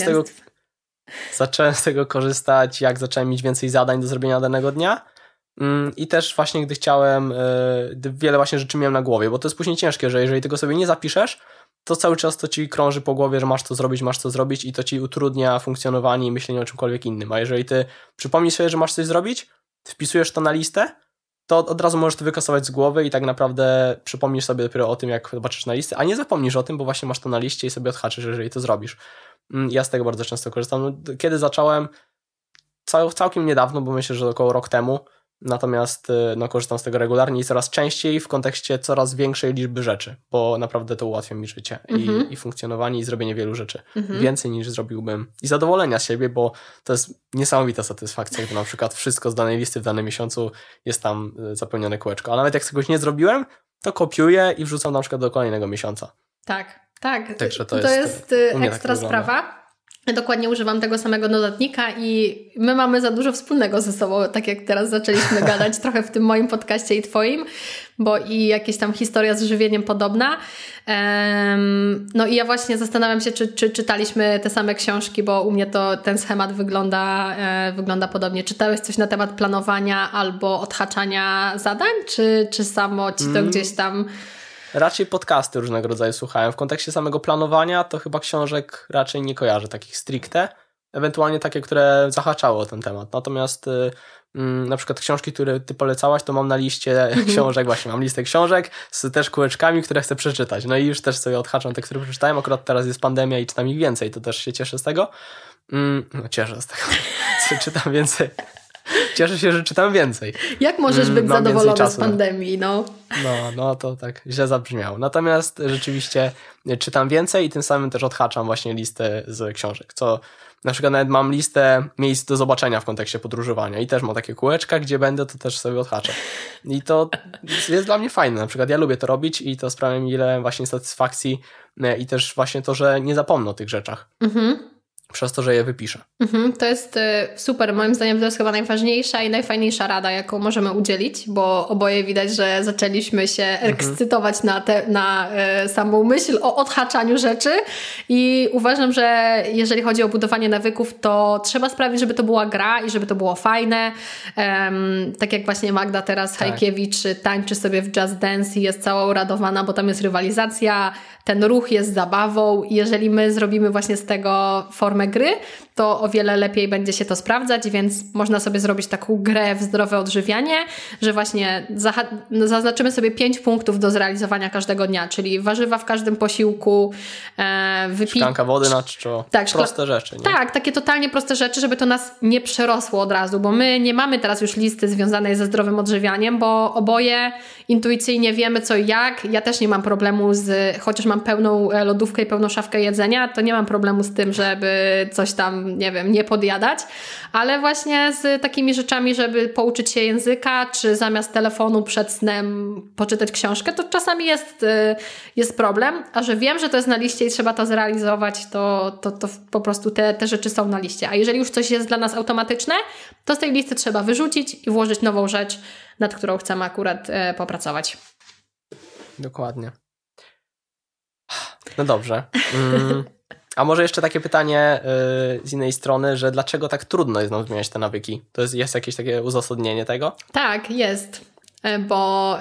zacząłem z tego korzystać, jak zacząłem mieć więcej zadań do zrobienia danego dnia. I też właśnie gdy chciałem, wiele właśnie rzeczy miałem na głowie, bo to jest później ciężkie, że jeżeli tego sobie nie zapiszesz, to cały czas to ci krąży po głowie, że masz to zrobić i to ci utrudnia funkcjonowanie i myślenie o czymkolwiek innym. A jeżeli ty przypomnisz sobie, że masz coś zrobić, wpisujesz to na listę, to od razu możesz to wykasować z głowy i tak naprawdę przypomnisz sobie dopiero o tym, jak zobaczysz na listę, a nie zapomnisz o tym, bo właśnie masz to na liście i sobie odhaczysz, jeżeli to zrobisz. Ja z tego bardzo często korzystam. Kiedy zacząłem? Całkiem niedawno, bo myślę, że około rok temu. Natomiast korzystam z tego regularnie i coraz częściej w kontekście coraz większej liczby rzeczy, bo naprawdę to ułatwia mi życie i funkcjonowanie i zrobienie wielu rzeczy. Więcej niż zrobiłbym i zadowolenia z siebie, bo to jest niesamowita satysfakcja, gdy na przykład wszystko z danej listy w danym miesiącu jest tam zapełnione kółeczko. A nawet jak czegoś nie zrobiłem, to kopiuję i wrzucam na przykład do kolejnego miesiąca. Tak. Także to jest ekstra sprawa. Ja dokładnie używam tego samego notatnika i my mamy za dużo wspólnego ze sobą, tak jak teraz zaczęliśmy gadać trochę w tym moim podcaście i twoim, bo i jakieś tam historia z żywieniem podobna. No i ja właśnie zastanawiam się, czy czytaliśmy te same książki, bo u mnie to ten schemat wygląda podobnie. Czytałeś coś na temat planowania albo odhaczania zadań, czy samo ci to gdzieś tam... Raczej podcasty różnego rodzaju słuchałem. W kontekście samego planowania to chyba książek raczej nie kojarzę, takich stricte. Ewentualnie takie, które zahaczały o ten temat. Natomiast na przykład książki, które ty polecałaś, to mam na liście książek, właśnie mam listę książek z też kółeczkami, które chcę przeczytać. No i już też sobie odhaczam te, które przeczytałem. Akurat teraz jest pandemia i czytam ich więcej, to też się cieszę z tego. Cieszę z tego, czytam więcej. Cieszę się, że czytam więcej. Jak możesz być zadowolony z pandemii, no? No, to tak źle zabrzmiało. Natomiast rzeczywiście czytam więcej i tym samym też odhaczam właśnie listę z książek, co na przykład nawet mam listę miejsc do zobaczenia w kontekście podróżowania i też mam takie kółeczka, gdzie będę, to też sobie odhaczę. I to jest dla mnie fajne. Na przykład ja lubię to robić i to sprawia mi ile właśnie satysfakcji i też właśnie to, że nie zapomnę o tych rzeczach. Przez to, że je wypiszę. To jest super. Moim zdaniem to jest chyba najważniejsza i najfajniejsza rada, jaką możemy udzielić, bo oboje widać, że zaczęliśmy się ekscytować na samą myśl o odhaczaniu rzeczy i uważam, że jeżeli chodzi o budowanie nawyków, to trzeba sprawić, żeby to była gra i żeby to było fajne. Tak jak właśnie Magda teraz Hajkiewicz tańczy sobie w Just Dance i jest cała uradowana, bo tam jest rywalizacja, ten ruch jest zabawą i jeżeli my zrobimy właśnie z tego formę same gry, to o wiele lepiej będzie się to sprawdzać, więc można sobie zrobić taką grę w zdrowe odżywianie, że właśnie zaznaczymy sobie 5 punktów do zrealizowania każdego dnia, czyli warzywa w każdym posiłku, szklanka wody na czczo. Tak, proste rzeczy. Nie? Tak, takie totalnie proste rzeczy, żeby to nas nie przerosło od razu, bo my nie mamy teraz już listy związanej ze zdrowym odżywianiem, bo oboje intuicyjnie wiemy co i jak. Ja też nie mam problemu chociaż mam pełną lodówkę i pełną szafkę jedzenia, to nie mam problemu z tym, żeby coś tam, nie wiem, nie podjadać, ale właśnie z takimi rzeczami, żeby pouczyć się języka, czy zamiast telefonu przed snem poczytać książkę, to czasami jest problem, a że wiem, że to jest na liście i trzeba to zrealizować, to po prostu te rzeczy są na liście. A jeżeli już coś jest dla nas automatyczne, to z tej listy trzeba wyrzucić i włożyć nową rzecz, nad którą chcemy akurat popracować. Dokładnie. No dobrze. A może jeszcze takie pytanie z innej strony, że dlaczego tak trudno jest nam zmieniać te nawyki? To jest jakieś takie uzasadnienie tego? Tak, jest. Bo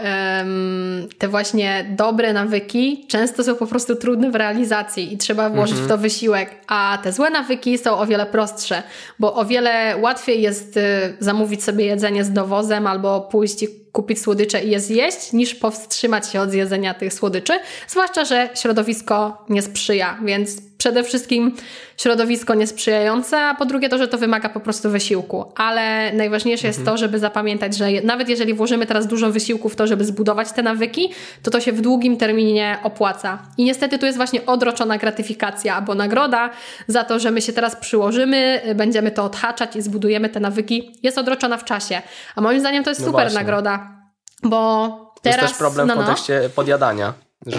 te właśnie dobre nawyki często są po prostu trudne w realizacji i trzeba włożyć w to wysiłek, a te złe nawyki są o wiele prostsze, bo o wiele łatwiej jest zamówić sobie jedzenie z dowozem albo pójść i kupić słodycze i je zjeść, niż powstrzymać się od zjedzenia tych słodyczy, zwłaszcza, że środowisko nie sprzyja, więc przede wszystkim środowisko niesprzyjające, a po drugie to, że to wymaga po prostu wysiłku, ale najważniejsze jest to, żeby zapamiętać, że nawet jeżeli włożymy teraz dużo wysiłku w to, żeby zbudować te nawyki, to się w długim terminie opłaca. I niestety tu jest właśnie odroczona gratyfikacja albo nagroda za to, że my się teraz przyłożymy, będziemy to odhaczać i zbudujemy te nawyki, jest odroczona w czasie. A moim zdaniem to jest super właśnie nagroda, bo teraz... To jest też problem w kontekście podjadania,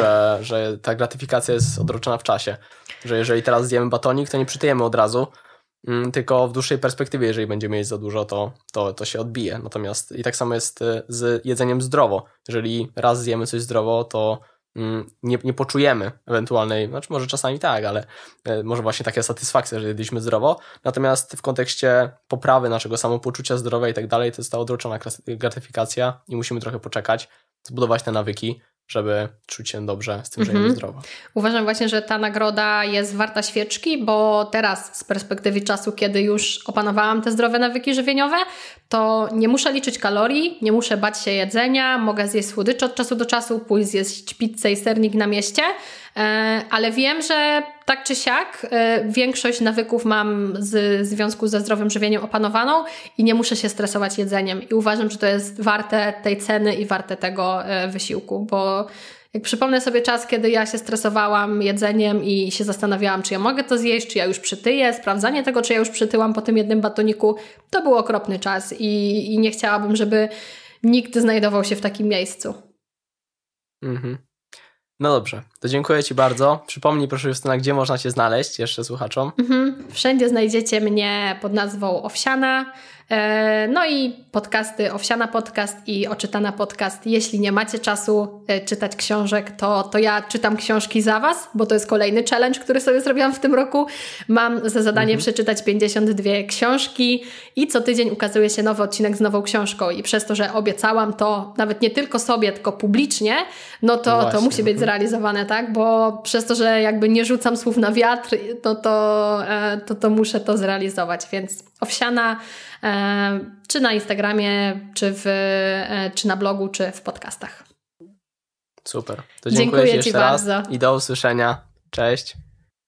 że ta gratyfikacja jest odroczona w czasie. Że jeżeli teraz zjemy batonik, to nie przytyjemy od razu, tylko w dłuższej perspektywie, jeżeli będziemy jeść za dużo, to się odbije. Natomiast i tak samo jest z jedzeniem zdrowo. Jeżeli raz zjemy coś zdrowo, to nie poczujemy ewentualnej, znaczy może czasami tak, ale może właśnie taka satysfakcja, że jedliśmy zdrowo. Natomiast w kontekście poprawy naszego samopoczucia, zdrowia i tak dalej, to jest ta odroczona gratyfikacja i musimy trochę poczekać, zbudować te nawyki, żeby czuć się dobrze z tym, że jemy zdrowo. Uważam właśnie, że ta nagroda jest warta świeczki, bo teraz z perspektywy czasu, kiedy już opanowałam te zdrowe nawyki żywieniowe, to nie muszę liczyć kalorii, nie muszę bać się jedzenia, mogę zjeść słodycze od czasu do czasu, pójść zjeść pizzę i sernik na mieście, ale wiem, że tak czy siak większość nawyków mam w związku ze zdrowym żywieniem opanowaną i nie muszę się stresować jedzeniem i uważam, że to jest warte tej ceny i warte tego wysiłku, bo jak przypomnę sobie czas, kiedy ja się stresowałam jedzeniem i się zastanawiałam, czy ja mogę to zjeść, czy ja już przytyję, sprawdzanie tego, czy ja już przytyłam po tym jednym batoniku, to był okropny czas i nie chciałabym, żeby nikt znajdował się w takim miejscu. No dobrze, to dziękuję Ci bardzo. Przypomnij proszę Justyna, gdzie można Cię znaleźć jeszcze słuchaczom. Wszędzie znajdziecie mnie pod nazwą Owsiana. No i podcasty Owsiana Podcast i Oczytana Podcast. Jeśli nie macie czasu czytać książek, to ja czytam książki za Was, bo to jest kolejny challenge, który sobie zrobiłam w tym roku. Mam za zadanie przeczytać 52 książki i co tydzień ukazuje się nowy odcinek z nową książką i przez to, że obiecałam to nawet nie tylko sobie, tylko publicznie, no to musi być zrealizowane, tak? Bo przez to, że jakby nie rzucam słów na wiatr, to muszę to zrealizować, więc Owsiana czy na Instagramie, czy na blogu, czy w podcastach. Super. To dziękuję Ci jeszcze raz i do usłyszenia. Cześć.